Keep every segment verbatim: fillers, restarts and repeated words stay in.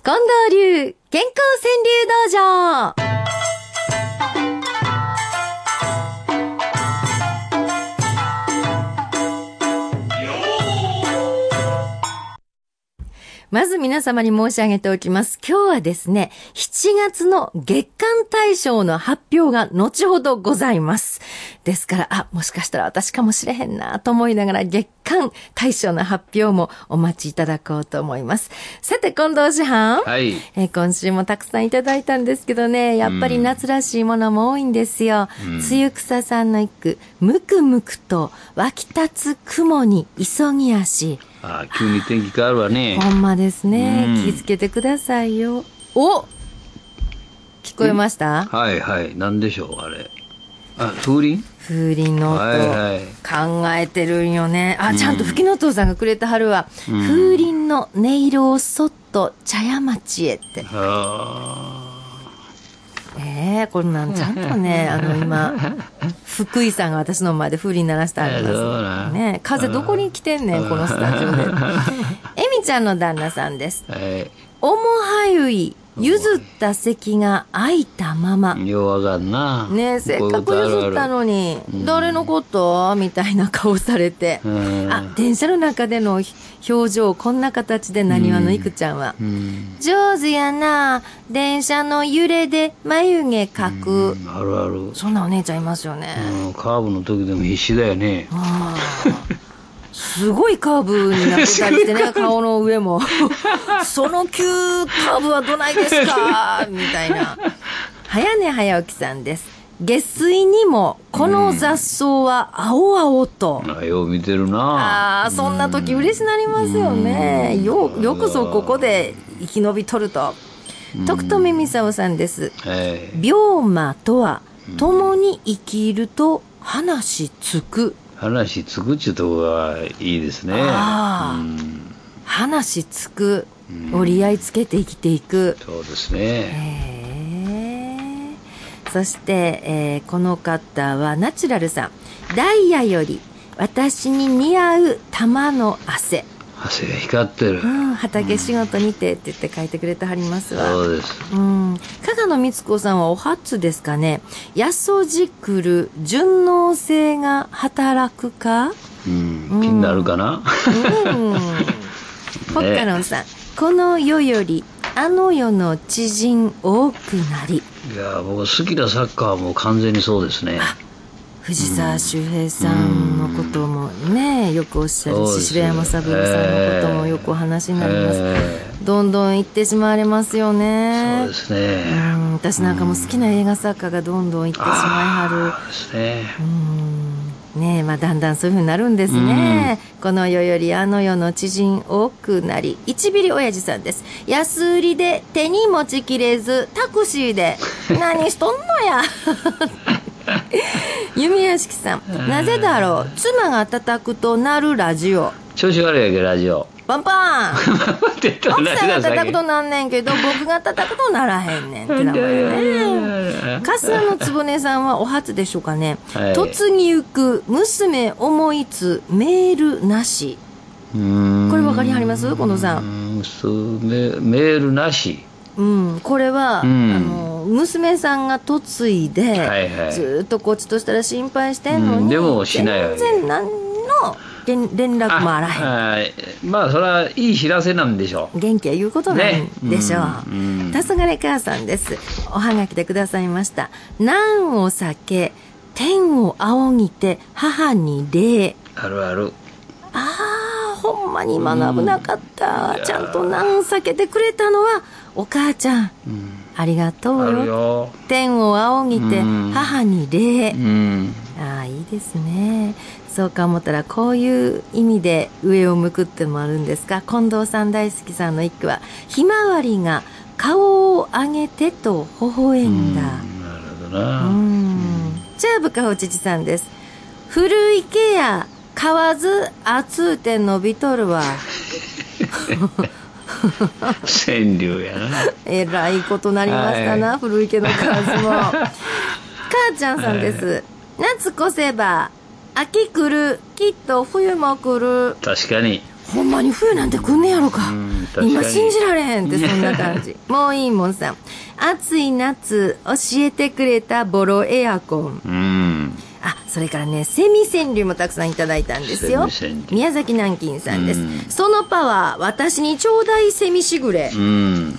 近藤流健康川柳道場。まず皆様に申し上げておきます。今日はですね、しちがつの月間大賞の発表が後ほどございます。ですから、あ、もしかしたら私かもしれへんなと思いながら月間大賞の発表もお待ちいただこうと思います。さて、近藤師範。 はい。 えー、今週もたくさんいただいたんですけどね、やっぱり夏らしいものも多いんですよ。 うん、 露草さんの一句、むくむくと湧き立つ雲に急ぎ足。 ああ、急に天気変わるわね。 ほんまですね、 うん、 気をつけてくださいよ。お、聞こえました？ はいはい。なんでしょうあれ。あ、風鈴？ 風鈴の音、はいはい、考えてるんよね。あ、ちゃんと吹きのお父さんがくれてはるわ、うん、風鈴の音色をそっと茶屋町へって。 あえー、これなんちゃんとね、あの今福井さんが私の前で風鈴鳴らしてありますね。風どこに来てんねんこのスタジオで。えみちゃんの旦那さんです。 はい、 おもはゆい譲った席が空いたまま。 ようわかんな。 ねえ、せっかく譲ったのに、うん、誰のことみたいな顔されて。あ、電車の中での表情、こんな形でなにわのいくちゃんは。うん、上手やな。電車の揺れで眉毛描く、 うん。あるある。 そんなお姉ちゃんいますよね。 うん、カーブの時でも必死だよね。 あすごいカーブになってたりしてね、顔の上も。その急カーブはどないですかみたいな。早寝早起きさんです。下水にもこの雑草は青々と。 うん、あ、よう見てるな。 ああ、そんな時嬉しなりますよね。よ、よくぞここで生き延びとると。徳富美沙さんです。病魔とは共に生きると話つく。 話つくっちゅうとこがいいですね。 あ、うん、話つく、折り合いつけて生きていく。 そうですね。 へー。そして、えー、この方はナチュラルさん。ダイヤより私に似合う玉の汗。 汗が光ってる、 うん、畑仕事にてって言って書いてくれてはりますわ。 そうです。 うん、加賀野光子さんはお初ですかね。やそじくる順応性が働くか、 うん、気になるかな。 うんホッカロンさん、この世よりあの世の知人多くなり。 いや僕好きなサッカーはもう完全にそうですね。 藤沢周平さんのこともね、よくおっしゃるし、白山三郎さんのこともよくお話になります、えー、どんどん行ってしまわれますよね。 そうですね。 うん、私なんかも好きな映画作家がどんどん行ってしまいはる。 そうですね。 うんねえ、まあ、だんだんそういう風になるんですね。この世よりあの世の知人多くなり。いちびり親父さんです。安売りで手に持ちきれずタクシーで何しとんのや弓屋敷さん、なぜだろう。妻が叩くと鳴るラジオ。 調子悪いやけどラジオパンパン奥さんが叩くとなんねんけど僕が叩くとならへんねんって名前ね。春日のつぼねさんはお初でしょうかね、はい、嫁ぎゆく娘思いつメールなし。うーん、これ分かりはります近藤さん。 メ, メールなし。 うん、これは、うん、あの娘さんが嫁いで、はいはい、ずっとこっちとしたら心配してんのに、うん、 でもしないわけ。 全然何の連絡もあらへん。 まあそれはいい知らせなんでしょう。 元気は言うことなんでしょう、ね。うんうん、黄昏母さんです。おはがきでくださいました。難を避け天を仰ぎて母に礼。 あるある。 ああ、ほんまに今の危なかった、うん、ちゃんと難避けてくれたのはお母ちゃん、うん、ありがとう よ, よ天を仰ぎて母に礼、うん、ああいいですね。そうか思ったらこういう意味で上を向くってもあるんですか。近藤さん大好きさんの一句はひまわりが顔を上げてと微笑んだ。うん、なるほどな。うん、 じゃあ部下おちちさんです。古池や買わず熱うて伸びとるわ川柳やな。 えらいことなりましたな、はい、古池の数も母ちゃんさんです、はい、夏越せば秋来る、きっと冬も来る。 確かにほんまに冬なんて来んねやろか。 うん、 今信じられへんってそんな感じもういいもんさん、暑い夏教えてくれたボロエアコン、うん、あ、それからね、セミ川柳もたくさんいただいたんですよ。宮崎南京さんです、うん、そのパワー私にちょうだいセミしぐれ、うん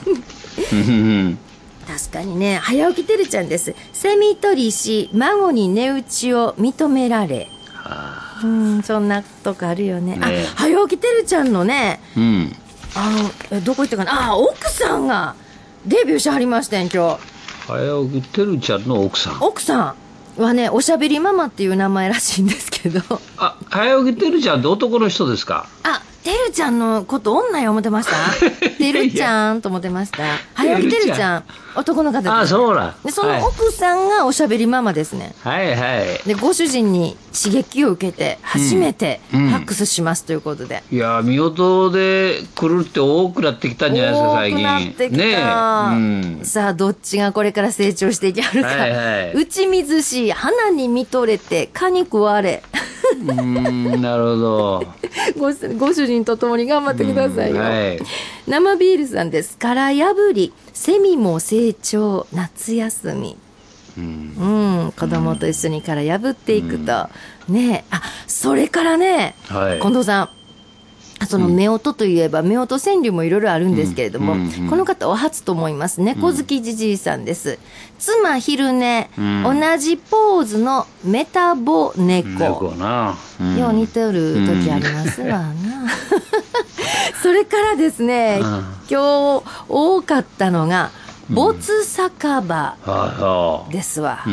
確かにね。早起きてるちゃんです。セミ取りし孫に値打ちを認められ、はあ、うん、そんなとこあるよね。ね、あ、早起きてるちゃんのね、うん、あのえどこ行ったかなあ、奥さんがデビューしはりましたん今日。 早起きてるちゃんの奥さん奥さんはね、おしゃべりママっていう名前らしいんですけど。 あ、早起きてるちゃんって男の人ですか？ あ、てるちゃんのこと女や思ってましたてるちゃんと思ってました。早起きてるちゃん男の方です、ね、 あ、そうだ。 でその奥さんがおしゃべりママですね。 はいはい。 でご主人に刺激を受けて初めてファックスしますということで、 うんうん、いや見事で来るって多くなってきたんじゃないですか最近。 多くなってきた、ね、うん、さあどっちがこれから成長していけるか、はいはい、打ち水し花に見とれて蚊に食われうーん、なるほどご, ご主人とともに頑張ってくださいよ、はい、生ビールさんです。殻破りセミも成長夏休み、うん、うん、子供と一緒に殻破っていくと、うん、ね。あ、それからね、はい、近藤さん、その夫婦といえば、うん、夫婦川柳もいろいろあるんですけれども、うんうんうん、この方お初と思います。猫好きじじいさんです、うん、妻昼寝、うん、同じポーズのメタボ猫、猫な、うん、よう似てる時ありますわな、うん、それからですね、うん、今日多かったのが没酒場ですわ、うん、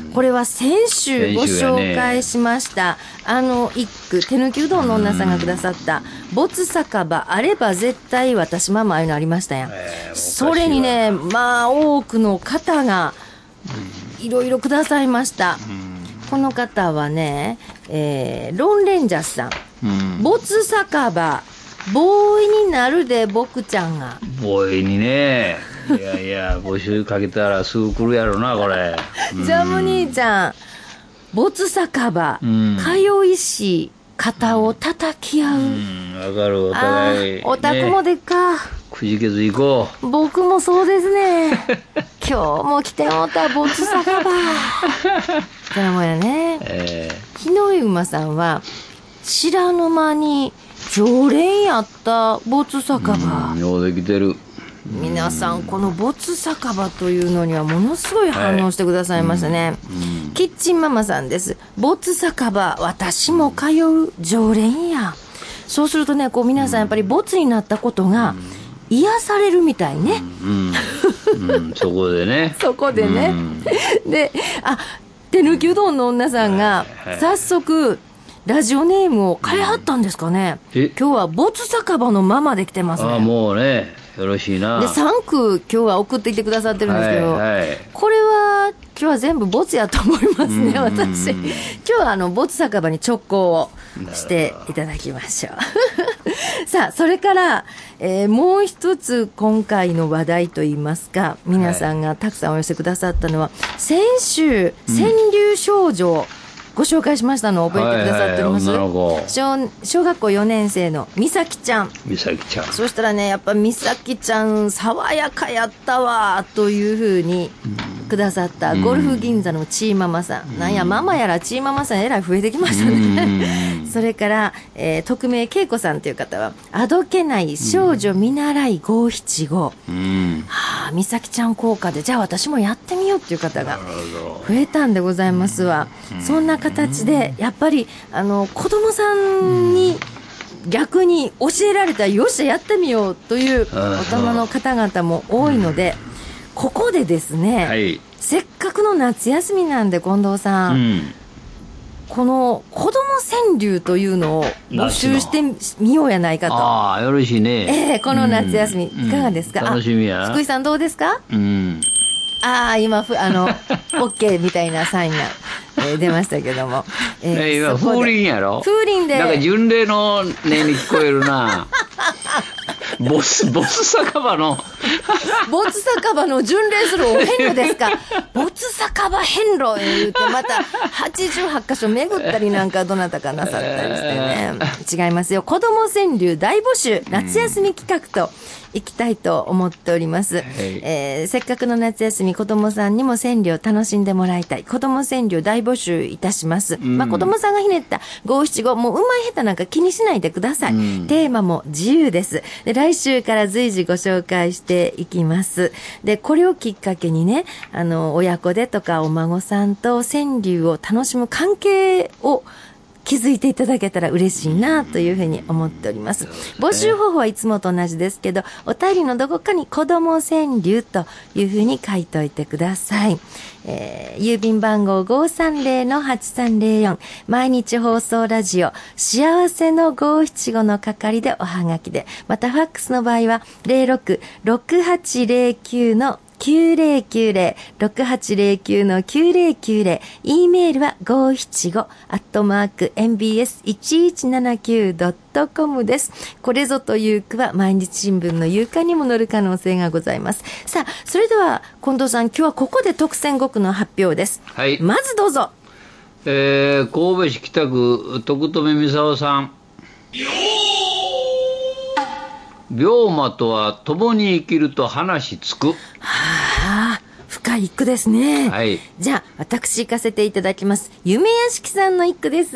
これは先週ご紹介しました、ね、あの一句手抜きうどんの女さんがくださった没酒場あれば絶対私ママああいうのありましたやん、えー、それにね、まあ多くの方がいろいろくださいました、うん、この方はね、えー、ロンレンジャーさん、うん、没酒場ボーイになるで僕ちゃんがボーイにねいやいや募集かけたらすぐ来るやろなこれ、 うん、ジャム兄ちゃん没酒場、うん、通いし肩を叩き合う、うん、 分かるお互い、 お宅もでっか、ね、 くじけず行こう。僕もそうですね今日も来てもうた没酒場それもやね、えー、日の井馬さんは知らぬ間に常連やった没酒場、 うん、ようできてる。 皆さんこの没酒場というのにはものすごい反応してくださいましたね、はい、うん、キッチンママさんです。没酒場私も通う常連や。そうするとね、こう皆さんやっぱり没になったことが癒されるみたいね、 うんうんうん、そこでねそこでね、うん、で、あ、手抜きうどんの女さんが早速ラジオネームを変えはったんですかね、うん、今日は没酒場のママで来てますね。 あ、もうね、よろしいな。 でさんく今日は送ってきてくださってるんですけど、はいはい、これは今日は全部没やと思いますね、私。今日はあの没酒場に直行をしていただきましょうさあ、それから、えー、もう一つ今回の話題といいますか、皆さんがたくさんお寄せくださったのは、はい、先週川柳少女をご紹介しましたのを覚えてくださっております、はいはい、女の子 小, 小学校よねん生の美咲ちゃん。 美咲ちゃん、 そしたらね、やっぱ美咲ちゃん爽やかやったわというふうにくださったゴルフ銀座のチーママさん、うん、なんやママやらチーママさんえらい増えてきましたね、うん、それから、えー、匿名恵子さんという方はあどけない少女見習いごひちご、うん、はあ、美咲ちゃん効果でじゃあ私もやってみようっていう方が増えたんでございますわ、うん、そんな形でやっぱりあの子供さんに逆に教えられたらよっしゃやってみようという大人の方々も多いので、ここでですね、はい、せっかくの夏休みなんで近藤さん、うん、この子供川柳というのを募集してみようやないかと。 ああ、よろしいね、 えー、この夏休み、うん、いかがですか、 うん、楽しみや。 福井さんどうですか、うん、ああ今あの OK みたいなサインがえー、出ましたけども、 えー、今風鈴やろ。 風鈴でなんか巡礼の音に聞こえるなボス、ボス酒場の。 ボツ酒場の巡礼するお遍路ですか。ボツ酒場遍路言うて、またはちじゅうはちかしょ巡ったりなんかどなたかなさったりしてね。違いますよ。子供川柳大募集、夏休み企画と行きたいと思っております。えー、せっかくの夏休み、子供さんにも川柳を楽しんでもらいたい。子供川柳大募集いたします。うん、まあ、子供さんがひねった五七五、もううまい下手なんか気にしないでください。うん、テーマも自由です。で、来週から随時ご紹介していきます。で、これをきっかけにね、あの、親子でとかお孫さんと川柳を楽しむ関係を気づいていただけたら嬉しいなというふうに思っております。募集方法はいつもと同じですけど、お便りのどこかに子供川柳というふうに書いておいてください。えー、郵便番号 ごーさんぜろのはちさんぜろよん、毎日放送ラジオ幸せのごーしちごの係でおはがきで、またファックスの場合は ゼロろく ろくはちゼロきゅう のきゅうぜろきゅうぜろ ろくはちゼロきゅう のきゅうぜろきゅうぜろ、 E メールはごーしちごアットマーク エムビーエスいちいちななきゅうドットコム です。これぞという句は毎日新聞の夕刊にも載る可能性がございます。さあ、それでは近藤さん、今日はここで特選ごくの発表です。はい、まずどうぞ。 えー、神戸市北区徳留美沙さん。病魔とは共に生きると話つく。 はあ、深い一句ですね。はい。じゃあ私行かせていただきます。夢屋敷さんの一句です。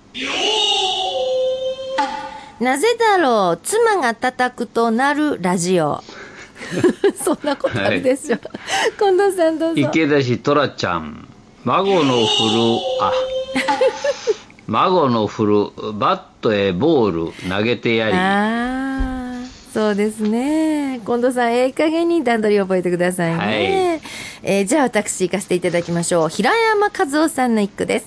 なぜだろう、妻が叩くとなるラジオ。そんなことあるでしょ。はい、近藤さんどうぞ。 池田市トラちゃん。孫の振るあ孫の振るバットへボール投げてやり。 ああ、そうですね。近藤さん、ええ加減に段取り覚えてくださいね。はい、えー、じゃあ私行かせていただきましょう。平山和夫さんの一句です。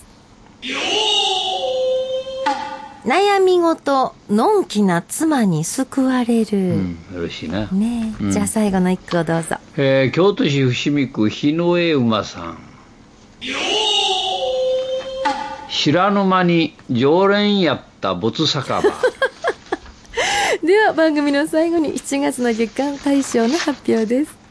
悩み事のんきな妻に救われる。うん、 よろしいな。 ねえ、うん、じゃあ最後の一句をどうぞ。 えー、京都市伏見区日の江馬さん。知らぬ間に常連やった没酒場。 では番組の最後にしちがつの月間大賞の発表です。